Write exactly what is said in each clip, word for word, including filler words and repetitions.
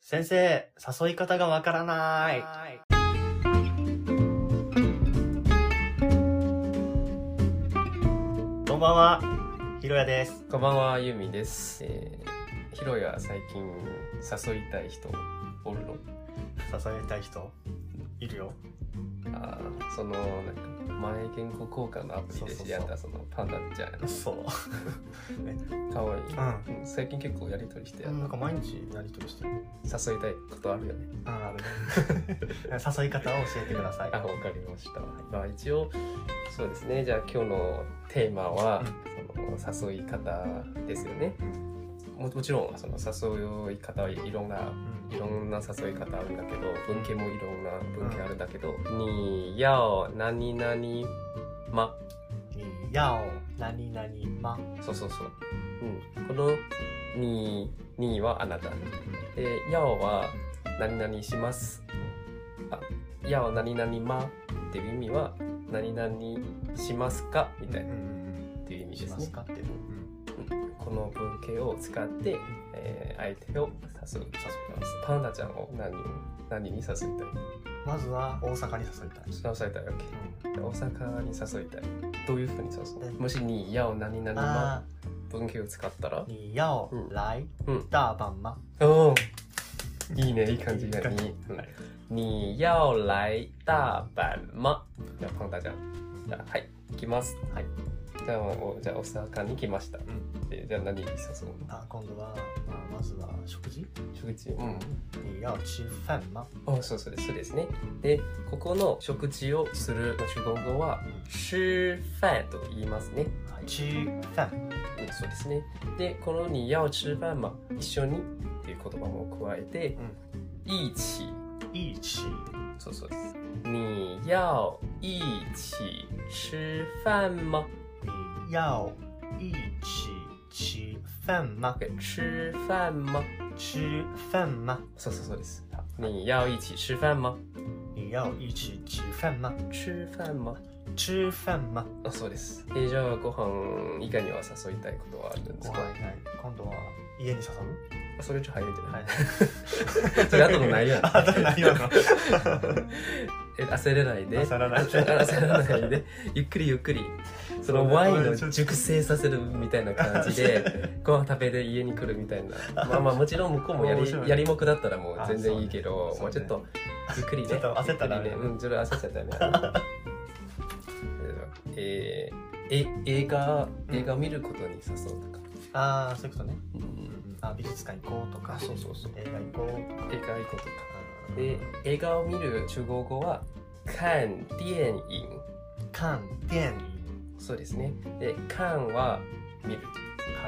先生、誘い方がわからない。こんばんは、ひろやです。 こんばんは、ゆみです。えー、ひろや最近誘いたい人おるの？ 誘いたい人いるよ。 ああ、そのなんか前言語交換のアプリで知り合ったそのパンダちゃんやな。 そう。 ね、かわいい、 うん。 最近結構やりとりしてやる。 なんか毎日やりとりしてる。 誘いたいことあるよね。 あ、あるね。誘い方を教えてください。 あ、わかりました。まあ一応そうですね。じゃあ今日のテーマは、うん、その誘い方ですよね。も, もちろんその誘い方はいろんな、うん、いろんな誘い方あるんだけど、文系もいろんな文系あるんだけど、うん、に要何々まに要何々まそうそうそう、うん、このににはあなたで、要は何々します、あ、要何々まっていう意味は何々しますかみたいな、うん、っていう意味ですね。しますかっていう、この文系を使って、えー、相手を誘う。誘います。パンダちゃんを何を何に誘いたい？ まずは大阪に誘いたい。 誘いたいわけ、うん。大阪に誘いたい。どういうふうに誘う？もしに要何々ま文系を使ったら？ 你要来大阪吗？ おお、いいね、いい感じがに。你要来大阪吗？じゃあパンダちゃん。じゃあはい行きます。はい。じゃあ、じゃあ大阪に来ました。うん、でじゃあ何に誘うの？ あ、今度は、まあ、まずは食事？ 食事。うん。 你要吃飯吗？ あ、そうそうです。そうですね。で、ここの食事をする中国語は、吃飯と言いますね。 吃飯。 うん、そうですね。で、この你要吃飯吗？一緒にっていう言葉も加えて、うん、一起。 一起。 そうそうです。你要一起吃飯吗？ 你要一起吃飯吗？ 吃飯吗？ 吃飯吗？ そうそうそうです。你要一起吃飯吗？ 你要一起吃飯吗？ 吃飯吗？ 吃飯吗？ あ、そうです。えー、じゃあご飯以外には誘いたいことはあるんですか？ ご飯以外、今度は家に誘う？ それちょっと早いんじゃない？はい、それ後のないやん。 後のないやん。 え、焦れないで。 焦らないで。 焦らないで。ゆっくりゆっくり。そのワインの熟成させるみたいな感じで、ご飯食べて家に来るみたいな。まあまあもちろん向こうもやり、やりもくだったらもう全然いいけど、ね、もうちょっとゆっくりね。 ちょっと焦ったらね。 うん、ちょっと焦っちゃったね。えー、え、映画、映画を見ることに誘うとか。 ああ、そういうことね。うん、あ、美術館行こうとか。 そうそうそう。 映画行こう。 映画行こうとか。で、映画を見る中国語は看電影。 看電影。 そうですね。で、看は見る。はい。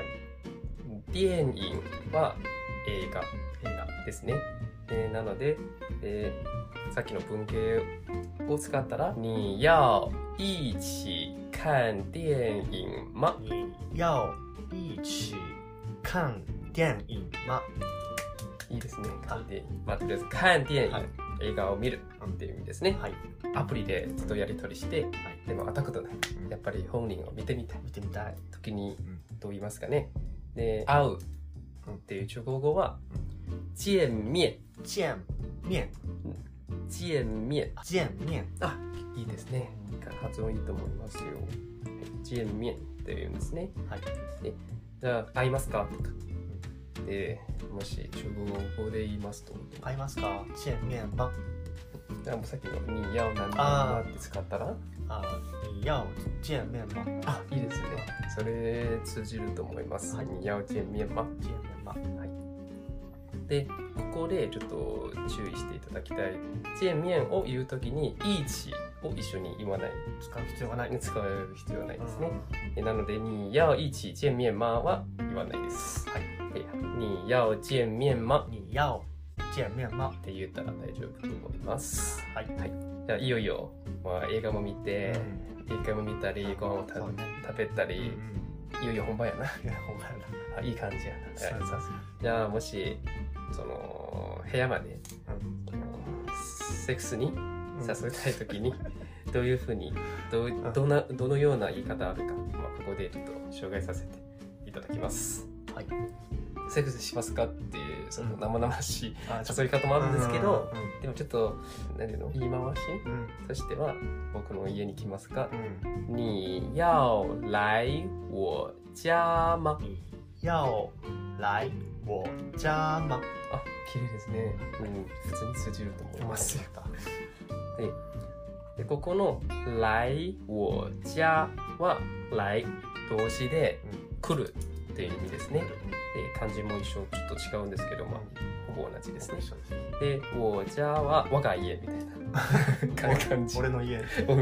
電影は映画。映画ですね。で、なので、で、さっきの文系を使ったら、你要一起看電影吗？ 你要一起看電影吗？ いいですね。看電影。まあ、とりあえず、看電影、はい、映画を見るっていう意味ですね。はい、アプリでずっとやり取りして、はい、でも会ったことない。やっぱり本人を見てみたい。 見てみたい。 時に、どう言いますかね。で、会うっていう中国語は、見面。 見面。 見面。 見面。 あ、いいですね。発音いいと思いますよ。見面っていうんですね。はい。で、じゃあ、会いますかとか。で、もし中国語で言いますと、 会いますか？見面吗？ じゃあもうさっきのに要何々って使ったら、 あ、你要見面吗？ あ、いいですね。それ通じると思います。に要見面吗？ 見面吗？ はい。で、ここでちょっと注意していただきたい。見面を言うときに、一起を一緒に言わない。 使う必要がない。 使う必要はないですね。うん、なので、に要一起見面吗は言わないです。はい。你要見面吗？ 你要見面吗？ って言ったら大丈夫と思います。 はい。 はい。じゃあいよいよ、まあ、映画も見て、うん、映画も見たり、ご飯をた、ね、食べたり、うん、いよいよ本番やな。 いや本番やな。あ、いい感じやな。じゃあもしその部屋まで、うん、セックスに誘いたいときに、うん、どういうふうにどどなどのような言い方あるか、まあ、ここでちょっと紹介させていただきます。はい。セックスしますかっていういうそのうん生々しいあ誘い方もあるんですけど、 うんうんでもちょっと何ていうの言い回しうんとしては僕の家に来ますか、 うん你要来我家吗？ 你要来我家吗？ あ、綺麗ですね。うん、普通に通じると思いますよ。で、でここの来我家は来動詞で来るっていう意味ですね。で、漢字も一緒ちょっと違うんですけど、まあほぼ同じですね。で、我家は我が家みたいな感じ。 俺の家。 うん、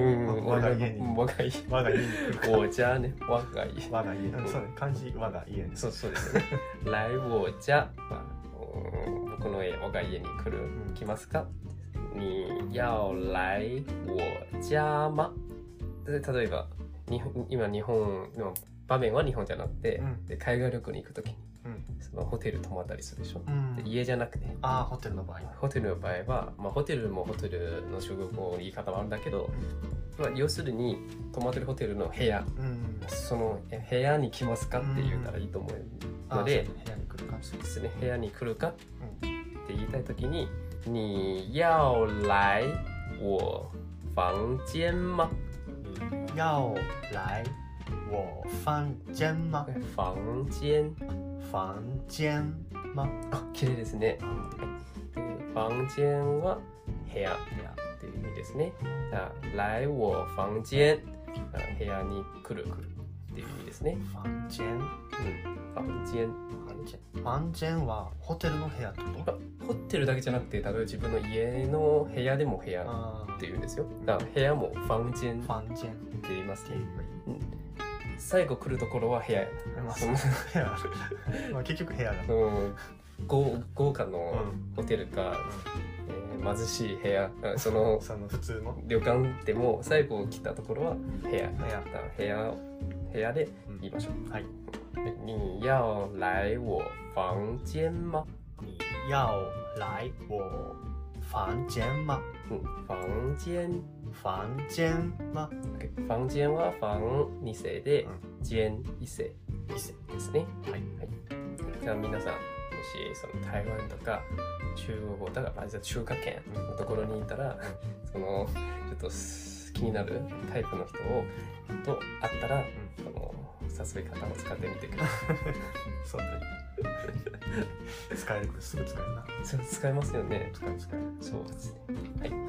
我が家に。 我が家。 我が家に来るか。 我家ね、我が家。 我が家。そうね、漢字我が家。 そうそうですよね。来我家は僕の家、我が家に来る、来ますか？你要来我家吗？で例えば日本今日本の場面は日本じゃなくて、うん、で海外旅行に行くときに、うん、そのホテル泊まったりするでしょ、うん、で家じゃなくて、 あホテルの場合ホテルの場合は、まあ、ホテルもホテルの中国語の言い方はあるんだけど、うんまあ、要するに泊まってるホテルの部屋、うん、その部屋に来ますかって言ったらいいと思うので、 部屋に来るかそうですね、部屋に来るかって言いたいときに你要来我房间吗？ 你要来我房間吗？ 房間房間吗？ あ、綺麗ですね。はい、房間は部屋っていう意味ですね。じゃあ、来我房間、部屋に来るっていう意味ですね。 房間、 うん、房間。 房間はホテルの部屋ってこと？ ホテルだけじゃなくて、例えば自分の家の部屋でも部屋っていうんですよ。だから部屋も房間って言いますね。うん、最後来るところは部屋やな。 まあ、その部屋まあ結局部屋だ。 うん、豪, 豪華のホテルか、うんえー、貧しい部屋、そのその普通の旅館でも最後来たところは部屋。 部屋部屋部屋で言いましょう。 うん、はい。 你要来我房间吗？ 你要来我房間吗？ うん、房間房間吗？ Okay、房間は房二世で、うん、間一世一世ですね。 はい。はい、 じゃあ皆さんもしその台湾とか中国語とか、まあ、中華圏のところにいたら、うん、そのちょっと気になるタイプの人をと会ったら、うん、その誘い方を使ってみてください。 そうだね。使える、すぐ使えるな。 そう使えますよね。 使える使える。 そうですね。はい。はい、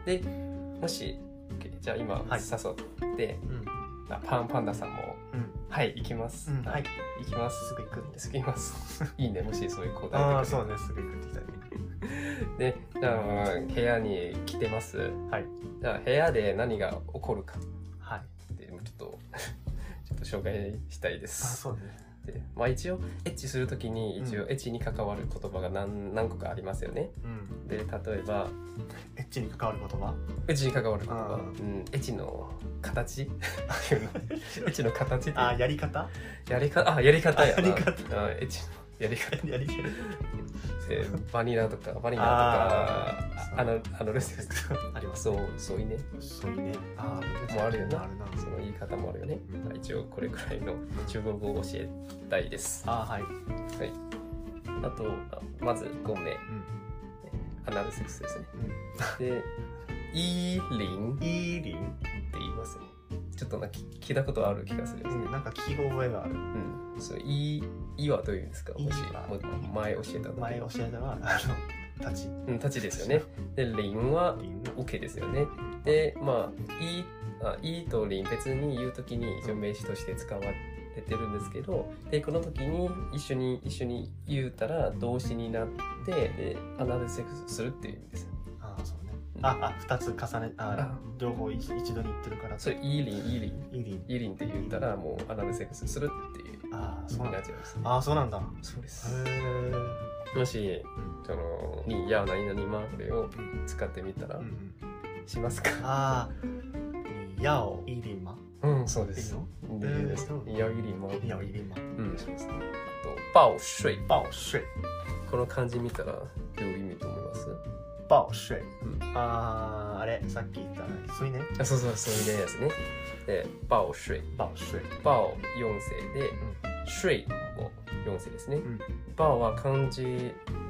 で、もし、okay、じゃあ今、はい、誘って、うん、あパンパンダさんも、うん、はい行きます。 うん、はい。 行きます。 すぐ行くんですぐ行きます。いいね。もしそういう答えてくれる。 ああそうね。すぐ行くって言ったね。 で、じゃあ部屋に来てます。 はい。 じゃあ部屋で何が起こるか。 はい。 でちょっとちょっと紹介したいです。 あそうね。 でまあ、一応エッチするときに一応エッチに関わる言葉が 何, 何個かありますよね、うん、で例えばエッチに関わる言葉エッチに関わる言葉、うん、エッチの形エッチの形ってあやり方やり方あやり方やなやり方あエッチのやり方やり方でバニラとかバニラとかあのあのレスありますそうそういねそういねあもあるよなその言い方もあるよね、うん、一応これくらいの中国語を教えたいですあはい、はい、 あとまずごめん、うん、アナルセックスですね、うん、でイーリンイーリンって言いますねちょっとなんか聞いたことある気がするですね、 うん、なんか聞き覚えがあるうんそうイーはどういうんですかもし前教えた前教えたのはあの立ちうん立ちですよねでリンは OK ですよねでまあイあイとリン別に言うときに一応名詞として使われてるんですけどでこの時に一緒に一緒に言うたら動詞になってでアナルセックスするっていう意味ですああそうねああ二つ重ねあ両方一度に言ってるからそれイーリンイーリンイーリンイーリンって言ったらもうアナルセックスするっていうああそうなんなっちゃいます、ね、 ああそうなんだそうですへもし、うん、そのにや何々まこれを使ってみたら、うん、しますかああにやをイーリンマうんそうですいいですにやイーリンマにやイーリンマうんしますねあと暴睡暴睡この漢字見たらどういう意味と思います暴睡、うん、あああれさっき言ったそういねあそうそうそういうやつねで暴睡暴睡暴よん世で、うん、睡もよん世ですね、うん、暴は漢字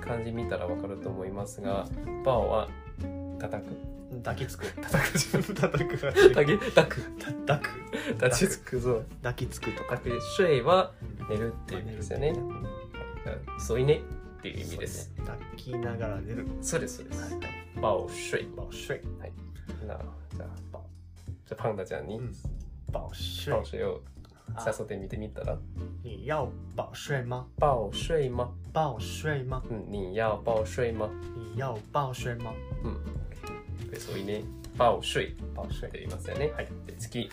漢字見たらわかると思いますが、抱は叩く。 抱きつく。 叩く。 叩く。 抱き、抱く。 抱く。 抱きつく。そう。 抱きつくとか。 抱く。睡は寝るっていう意味ですよね。そういねっていう意味です。 抱きながら寝る。 そうです、そうです。抱睡。 抱睡。 はい。なじゃあ、抱。じゃあパンダちゃんに抱睡。 抱睡を誘ってみてみたら。 你要抱睡吗？ 抱睡吗？ 抱睡吗？ うん、你要抱睡吗？ 你要抱睡吗？ うん。そういね。抱睡。 抱睡って言いますよね。 はい。 で、次。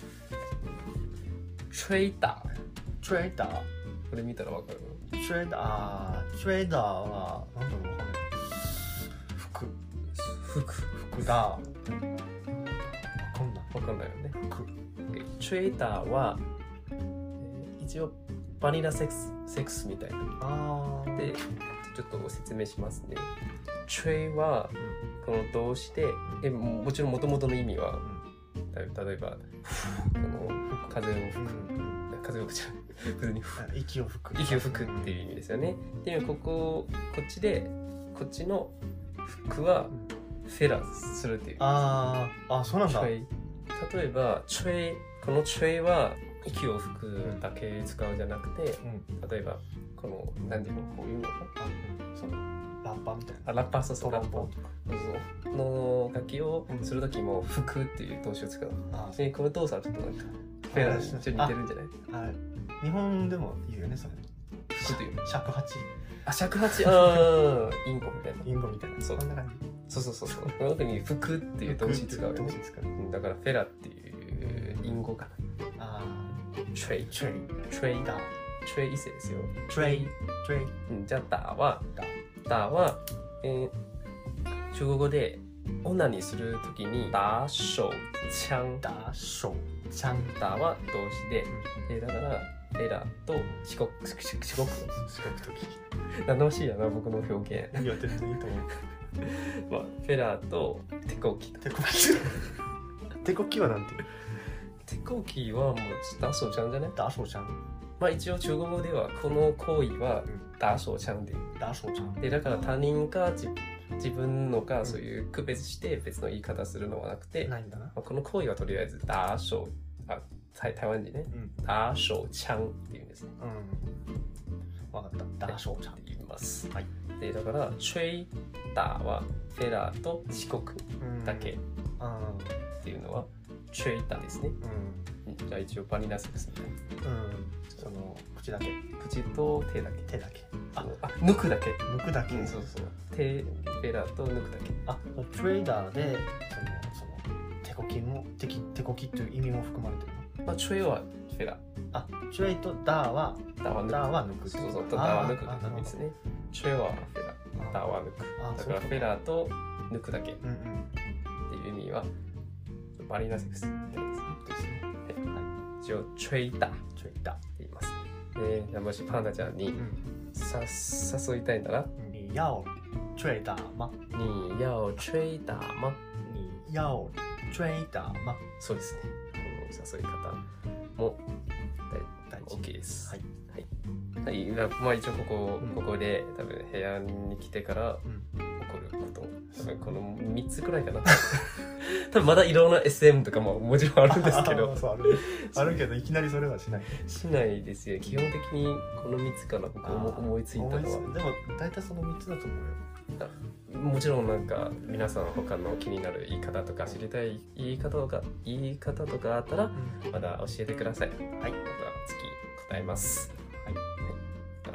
吹打。 吹打。 これ見たらわかる？ 吹打、吹打はなんだろうわかんない。服。 服。 服だ。わかんない。 わかんないよね。 服。 吹打は、えー、一応バニラセックス、セックスみたいな。 あーで、ちょっと説明しますね。吹は、この動詞で、でももちろん元々の意味は、例えば、この風を吹く、風を吹くじゃん。普通に息を吹く。 息を吹くっていう意味ですよね。で、ここ、こっちで、こっちの服は、フェラするっていう。 あー、あ、そうなんだ。 例えば、吹、この吹は、息を吹くだけ使うじゃなくて、うん、例えばこの何ていうのこういうのかそのラッパーみたいなあラッパーそうそうラッパーの楽器をするときも吹くっていう動詞を使う。あでこの動作はちょっとなんかフェラーにちょっと似てるんじゃない？ あ日本でもいいよねそれ。 吹くという尺八。 あ尺八ああインコみたいな。 インコみたいな。 そうそんな感じ。 そうそうそうそう。この時に吹くっていう動詞使うよね。だからフェラっていう隠語かな。 あ吹吹吹打吹一世ですよ。 吹吹うんじゃあ打は打は、えー、中国語でオナニーするときに打手槍打手槍打は動詞で、えー、だからフェラと四国四国四国時楽しいやな僕の表現。 いや全然いいと思う。 まあフェラと手こき手こき手こきはなんていう？ 手こきはもう打手槍じゃね？ 打手槍。 まあ一応中国語ではこの行為は打手槍で。 打手槍。 でだから他人か自自分のかそういう区別して別の言い方するのはなくて、 ないんだな。 まあ、この行為はとりあえず打手あ台台湾人ね、うん、打手槍っていうんですね。 うん。わかった。打手槍って言います。 はい。 でだから吹打はフェラーと四国だけっていうのは吹打ですね。うん。じゃあ一応バニラセックスみたいな。うん。 その口だけ。 口と手だけ。 手だけ。 あ、あ抜くだけ。 抜くだけ。 うん、そうそう。手フェラーと抜くだけ。 あ、トレーダーでそのその手こきも手手こきという意味も含まれてるの。 まあトレはフェラ。 あ、トレとダーはダーは抜く。 そうそう。ダーは抜くって意味ですね。トレはフェラ。ダーは抜く。だからフェラーと抜くだけっていう意味はバニラセックスですね。一応トレーダー、トレーダーって言います。で、もしパンダちゃんにさ誘いたいなら、 你要吹打吗？ 你要吹打吗？ 你要吹打吗？ そうですね。この誘い方も大丈夫 OK です。はい。はい。はい、まあ一応ここ、ここで多分部屋に来てから起こること、多分このみっつくらいかな。多分まだいろんな エスエム とかももちろんあるんですけど。 そうある、あるけどいきなりそれはしない。 しないですよ。基本的にこのみっつかな僕思いついたのは。でも大体そのみっつだと思うよ。 もちろんなんか皆さん他の気になる言い方とか知りたい言い方とか言い方とかあったらまだ教えてください。はい。また次答えます。はい。はい、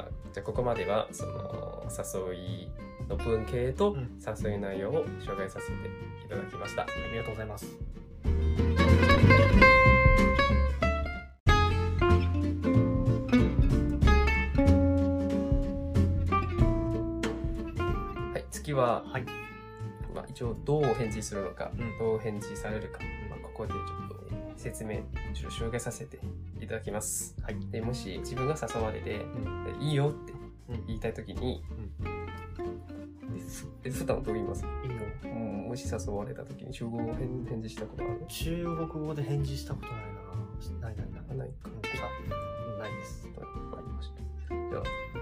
じゃあここまではその誘いの文系と誘い内容を紹介させていただきました。 ありがとうございます。 次は、はい、まあ、一応どう返事するのか、うん、どう返事されるか、まあ、ここでちょっと説明ちょっと紹介させていただきます。はい、でもし自分が誘われて、うん、いいよって言いたいときに、うん、普段どう言います？いいよ。もし誘われたときに中国語返事したことある？ 中国語で返事したことないな。ないないない。 ないか。 あ、ないです。 わかりました。じゃあ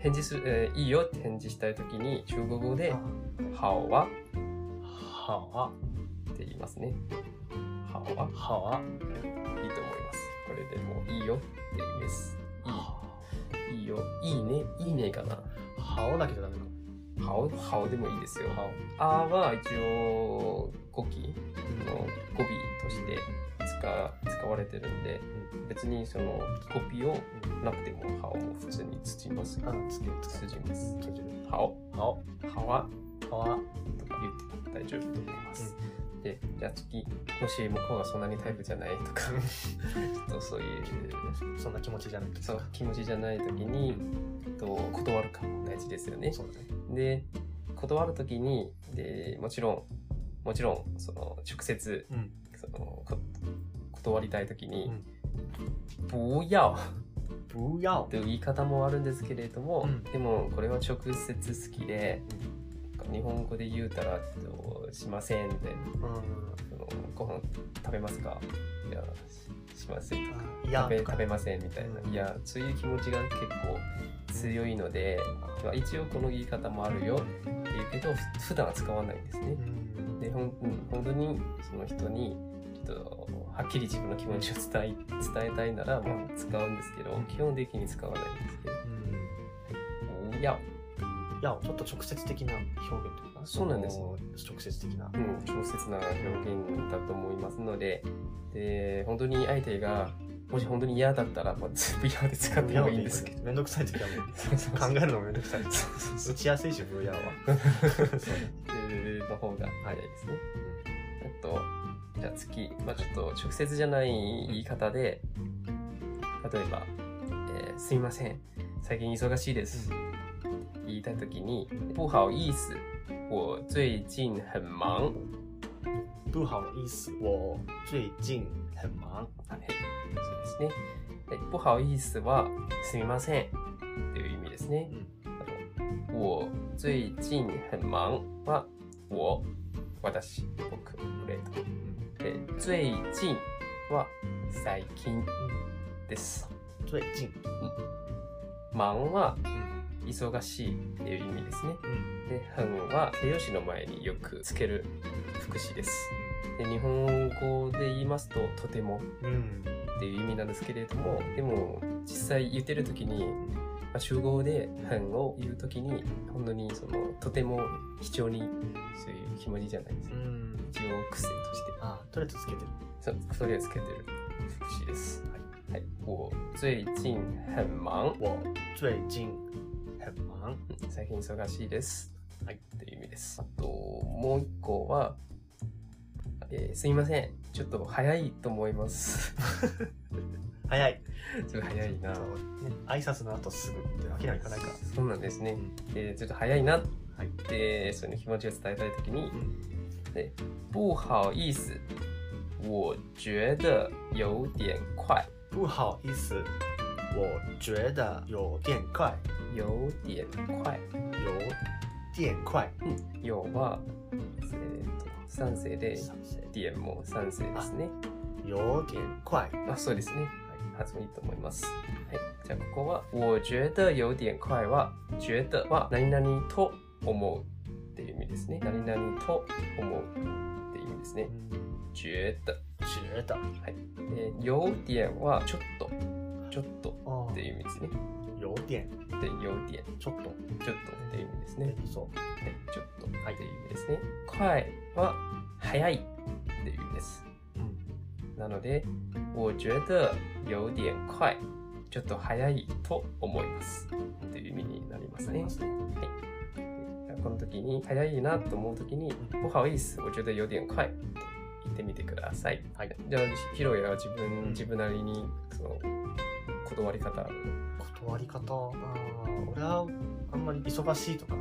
返事する、えー、いいよって返事したいときに中国語で好は好啊って言いますね。好は好啊いいと思います。これでもういいよって意味です。いい、いいよ、いいね、いいねかな。 好だけどダメか。 好、好でもいいですよ。 好あは一応語気の語尾として使使われてるんで、別にその語尾をなくても好も普通につじます。 あ、つけるつじます。 つける。 好、 好好は好啊とか言って大丈夫と思います。で、じゃあ次、もし向こうがそんなにタイプじゃないとか、ちょっとそういうそんな気持ちじゃなくて、 そう気持ちじゃないときに、と断るかも大事ですよね。 そうだね。 で、断るときに、で、もちろん、もちろん、その直接、 うん、 そのこ断りたいときに、 うん、 不要不要という言い方もあるんですけれども、 うん、 でもこれは直接好きで、日本語で言うたら、しませんみたいな。そのご飯食べますか？いや、し, しませんとか。 いや食べ食べませんみたいな。 うん、 いや、そういう気持ちが結構強いので、まあ、一応この言い方もあるよって言うけど、普段は使わないんですね。 うん、 で、ほん、本当にその人にちょっとはっきり自分の気持ちを伝え伝えたいなら、まあ、使うんですけど、基本的に使わないんですけど。 うん、 いや、 いや、ちょっと直接的な表現というか、 そうなんです。 直接的な。 うん、直接な表現だと思いますので、で、本当に相手が、もし本当に嫌だったら、まあ、全部嫌で使ってもいいんですけど。 めんどくさい時はもう考えるのもめんどくさい。打ちやすいし、ブーヤーは。 の方が早いですね。あと、じゃあ次、まあちょっと直接じゃない言い方で、例えば、えー、すみません、最近忙しいです。言いたいときに、不好意思、我最近很忙。 不好意思、我最近很忙。 はい、そうですね。不好意思は、すみませんという意味ですね。うん、我最近很忙は、我、私、僕、俺と。で、最近は、最近です。 最近。 うん、忙は、忙しいっていう意味ですね。うん、で、很は形容詞の前によくつける副詞です。で、日本語で言いますと、とてもっていう意味なんですけれども、でも実際言ってる時に、まあ、中国語で很を言う時に、本当にそのとても非常にそういう気持ちじゃないです。うん、一応癖として。 あ、とりあえずつけてる。 そう、とりあえずつけてる副詞です。はい。はい、我最近很忙。 我最近很忙。 最近忙しいです。はい。という意味です。あと、もう一個は、えー、すみません。ちょっと早いと思います。 早い。 ちょっと早いな。 ね、挨拶の後すぐってわけにはいかないから。 そうなんですね。で、ちょっと早いなって、はい、その気持ちを伝えたいときに、うん、で、不好意思。我觉得有点快。 不好意思。我觉得有点快。 有点快。 有点快。 うん。有は、えーと、賛成で、点も賛成ですね。 有点快。 あ、そうですね。はい、発音いいと思います。はい。じゃあ、ここは、我觉得有点快は、觉得は、何々と思うっていう意味ですね。何々と思うっていう意味ですね。觉得。 觉得。はい。 で、有点は、ちょっと。ちょっとっていう意味ですね。 有点。 で、有点。 ちょっと。 ちょっとっていう意味ですね。 そう。 はい、ちょっとっていう意味ですね。快は、早いっていう意味です。うん、なので、我觉得有点快。ちょっと早いと思います。っていう意味になりますね。はい。この時に、早いなと思う時に、不好意思、我觉得有点快。言ってみてください。はい。じゃあ、ヒロヤは自分、自分なりに、その、断り方あるの？ 断り方、あ俺はあんまり忙しいとか、うん、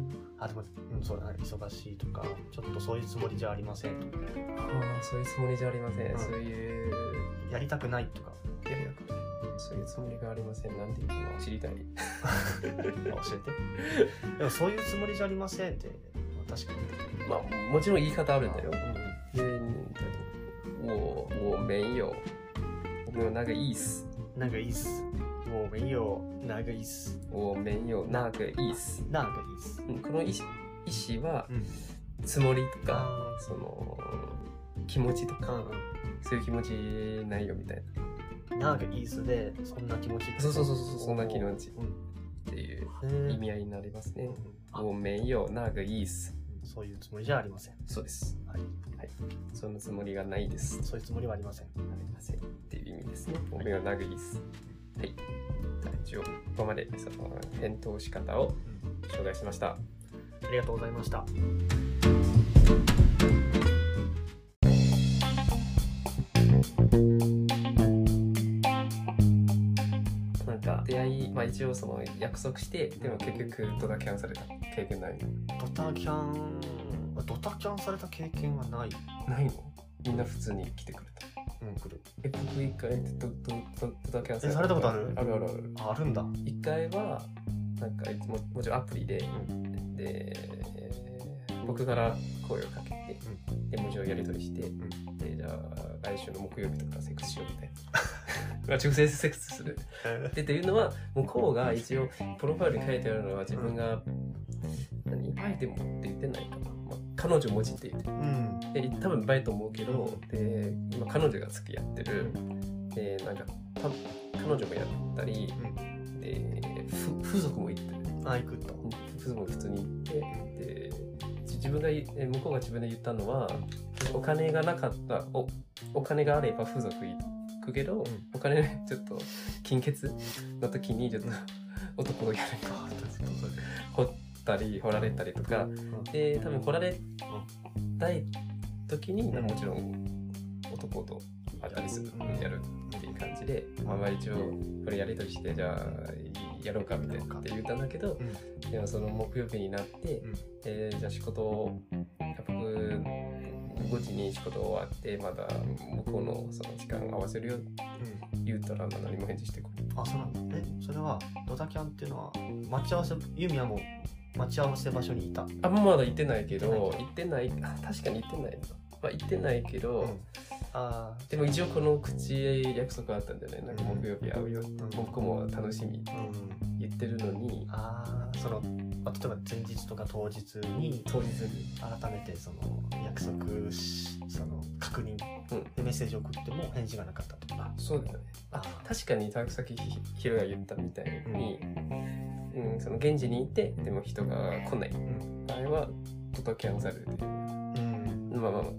あでも、うん、そうだね、忙しいとか、ちょっとそういうつもりじゃありませんとか、 ああ、そういうつもりじゃありません、うん、そういうやりたくないとか、 やりたくない、そういうつもりがありません、なんていうの知りたい。教えて。でもそういうつもりじゃありませんって、まあ、確かに。 まあもちろん言い方あるんだよ。で、我我没有我没有那个意思。 那个意思。 我没有那个意思。 我没有那个意思。 那个意思。 うん、この意思意思は、 うん、 つもりとか、 あその気持ちとか、 うんそういう気持ちないよみたいな。なが意思でそんな気持ち。 そうそうそうそう、そんな気持ちうんっていうへー意味合いになりますね。 あ我没有那个意思。 そういうつもりじゃありません。 そうです。 はい。 はい。そのつもりがないです。 そういうつもりはありません。 ありませんっていう意味ですね。我没有那个意思。はい。じゃあ一応ここまでその返答仕方を紹介しました。 ありがとうございました。 なんか出会い、まあ一応その約束してでも結局ドタキャンされた経験ないの？ ドタキャンドタキャンされた経験はない。 ないの？みんな普通に来てくれた。 うん、来る。 え、僕一回ドドドドタキャンえされたことある？ あるあるある。 あるんだ。 一回はなんかいつももちろんアプリで、 うん、 で僕から声をかけて、うん、で文字をやり取りして、うん、でじゃあ来週の木曜日とかセックスしようみたいな直接セックスするでっていうのは向こうが一応プロファイルに書いてあるのは自分が、うん、何バイでもって言ってないかな、まあ、彼女文字って言って、うん、で多分バイと思うけど、うん、で今彼女が付き合ってる、うん、でなんかた彼女もやったり、うんで風俗も行ってる。 あ、行くと。 風俗も普通に行って、で自分が向こうが自分で言ったのは、お金がなかったおお金があれば風俗行くけど、うん、お金ちょっと金欠の時にちょっと男をやるか掘ったり掘られたりとか、うん、で多分掘られたい時に、うん、もちろん男とあったりする、うん、やるっていう感じで、まあ、まあ一応これやり取りしてじゃあやろうかみたいなって言ったんだけど、うん、でもその木曜日になって、うんえー、じゃあ仕事を僕ごじに仕事終わってまだ向こうのその時間合わせるよって言ったら何も返事してこない。 あ、そうなんだ。え、それはドタキャンっていうのは待ち合わせ、ユミはもう待ち合わせ場所にいた？ あ、まだ行ってないけど、行ってない、あ、確かに行ってない。まあ行ってないけど、うん、あでも一応この口約束あったんだよね。なんか木曜日会うよって、うん、僕も楽しみって言ってるのに、うん、 ああ、その、まあ、例えば前日とか当日に当日に改めてその約束しその確認でメッセージを送っても返事がなかったとか、 うん、そうだよね。あ、確かにさっきヒロが言ったみたいに、うんうん、その現地にいてでも人が来ない場合はドタキャンされるっていう、うん、まあまあ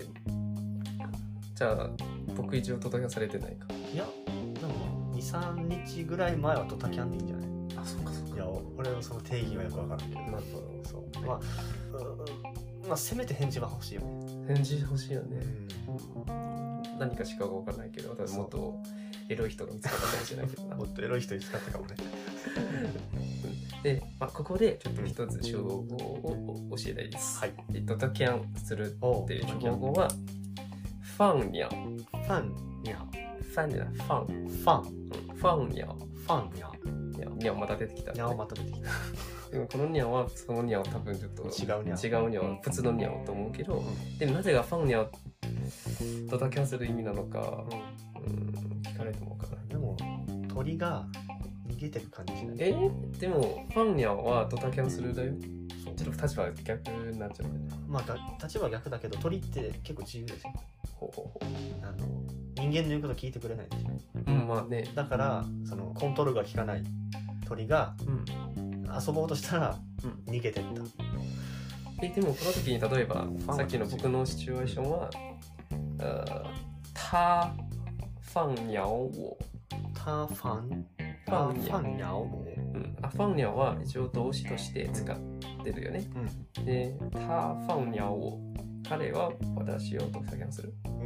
じゃあ僕一応ドタキャンされてないか。 いやでも にさんにちぐらい前はドタキャンでいいんじゃない？ あ、そうかそうか。 いや俺はその定義はよくわからんけど。なるほど。そう。まあ、うん、まあせめて返事は欲しいよね。 返事欲しいよね。うん、何かしかわからないけど、多分もっとエロい人が見つかったかもしれないけどな。 もっとエロい人見つかったかもね。 で、まあ、ここでちょっと一つ称号を教えたいです。 はい。 ドタキャンするっていう称号はファンニャオ。 ファンニャオ。 ファンニャオ。ファン。 ファン。 ファンニャオ。 ファンニャオ。 ニャオまた出てきた、 ね。ニャオまた出てきた。 でもこのニャオはそのニャオ多分ちょっと違うニャオ。違うニャオ。普通のニャオと思うけど、うん、でもなぜがファンニャオドタキャンする意味なのか、うん、うん聞かれても分からない。 でも鳥が逃げてる感じしない？ えー、でもファンニャオはドタキャンするだよ。ちょっと立場が逆になっちゃうね。 まあ立場は逆だけど鳥って結構自由ですよ。 ほうほうほう。 あの人間の言うこと聞いてくれないでしょ。 うんまあね。 だからそのコントロールが効かない鳥が、うん、遊ぼうとしたら、うん、逃げてった。 えでもこの時に例えばさっきの僕のシチュエーションは、うん、他放鳥我。 他放ファンニャオ、うん、あファンニャオは一応動詞として使ってるよね。うん、で、他ファンニャオ、彼は私をドタキャンする。うん。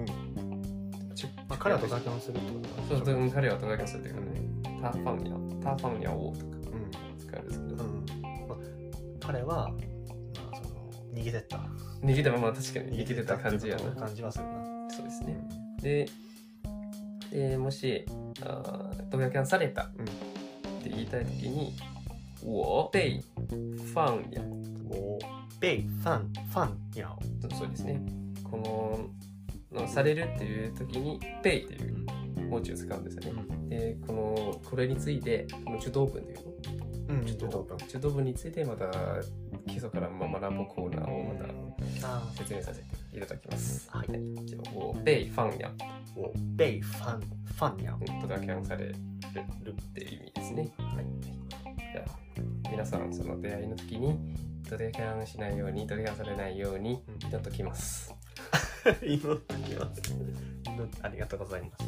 まあ、彼はドタキャンするってことだ。そう、彼はドタキャンするってことね。他ファンニャオ、他ファンニャオとか使えるんですけど。うん。 まあ、彼は、まあ、その逃げてった。 逃げたまま確かに逃げてた感じやな。 感じはするな。 そうですね。で、でもしあドタキャンされたって言いたいときに、我被放鳥。 我被放放鳥。 そうですね。このされるっていうときに被っていう文字を使うんですよね。 うん、 で、この、これについて、この受動文というの、 うん、 受動文。受動文についてまた基礎からまあ学ぶコーナーをまた説明させていただきます。 はい。 じゃあ、我被放養。 我被放放養。 ドタキャンされるっていう意味ですね。はい。じゃあ、皆さん、その出会いの時に、ドタキャンしないように、ドタキャンされないように、祈っときます。 祈っときます。ありがとうございます。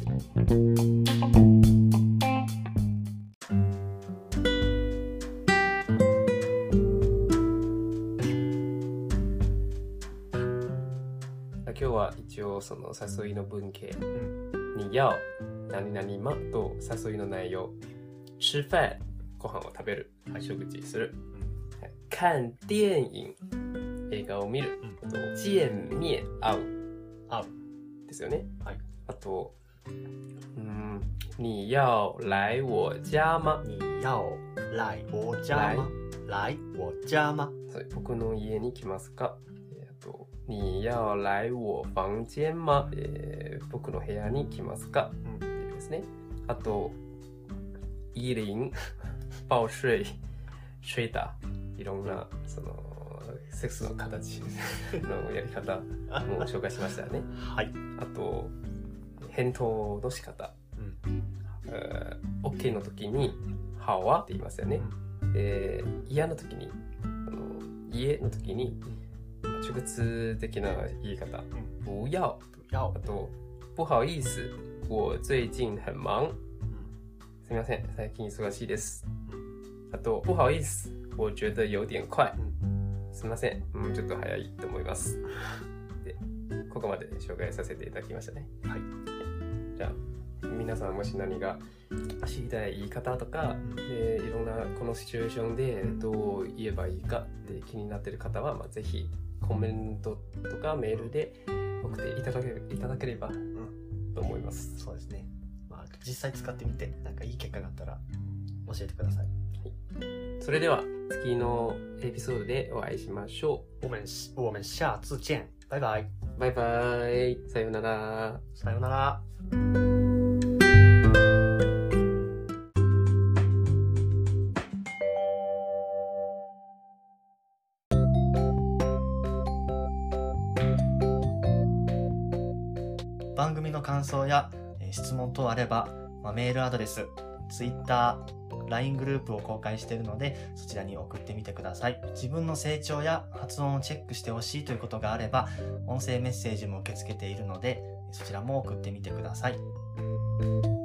今日は一応その誘いの文型に要何々まと誘いの内容、吃飯ご飯を食べる、食事する、看電影映画を見る、あと見面会う会うですよね。 はい。 あと、うん、你要来我家吗？ 你要来我家吗？来我家吗？ 僕の家に来ますか？あと、你要来我房間吗？えー、僕の部屋に来ますか？うん、っていうですね。あと、依林、抱睡、睡打、いろんなそのセックスの形のやり方も紹介しましたよね。 はい。あと、返答の仕方。うん、OK の時に、ははって言いますよね。うん、で、嫌の時に、あの家の時に、直接的な言い方。うん、不要。不要。あと、不好意思、我最近很忙。うん、すみません、最近忙しいです。うん、あと、不好意思、我觉得有点快。うん、すみません、うん、ちょっと早いと思います。で、ここまで紹介させていただきましたね。はい。じゃあ、皆さんもし何か知りたい言い方とか、うん、でいろんなこのシチュエーションでどう言えばいいかって気になっている方は、まあ、ぜひコメントとかメールで送っていただけいただければと思います。 うん、そうですね。まあ、実際使ってみて、なんかいい結果があったら教えてください。 はい、それでは次のエピソードでお会いしましょう。我们我们下次见。バイバイ。 バイバイ。さようなら。 さようなら。番組の感想や、えー、質問等あれば、まあ、メールアドレス、Twitter、ライン グループを公開しているので、そちらに送ってみてください。自分の成長や発音をチェックしてほしいということがあれば、音声メッセージも受け付けているので、そちらも送ってみてください。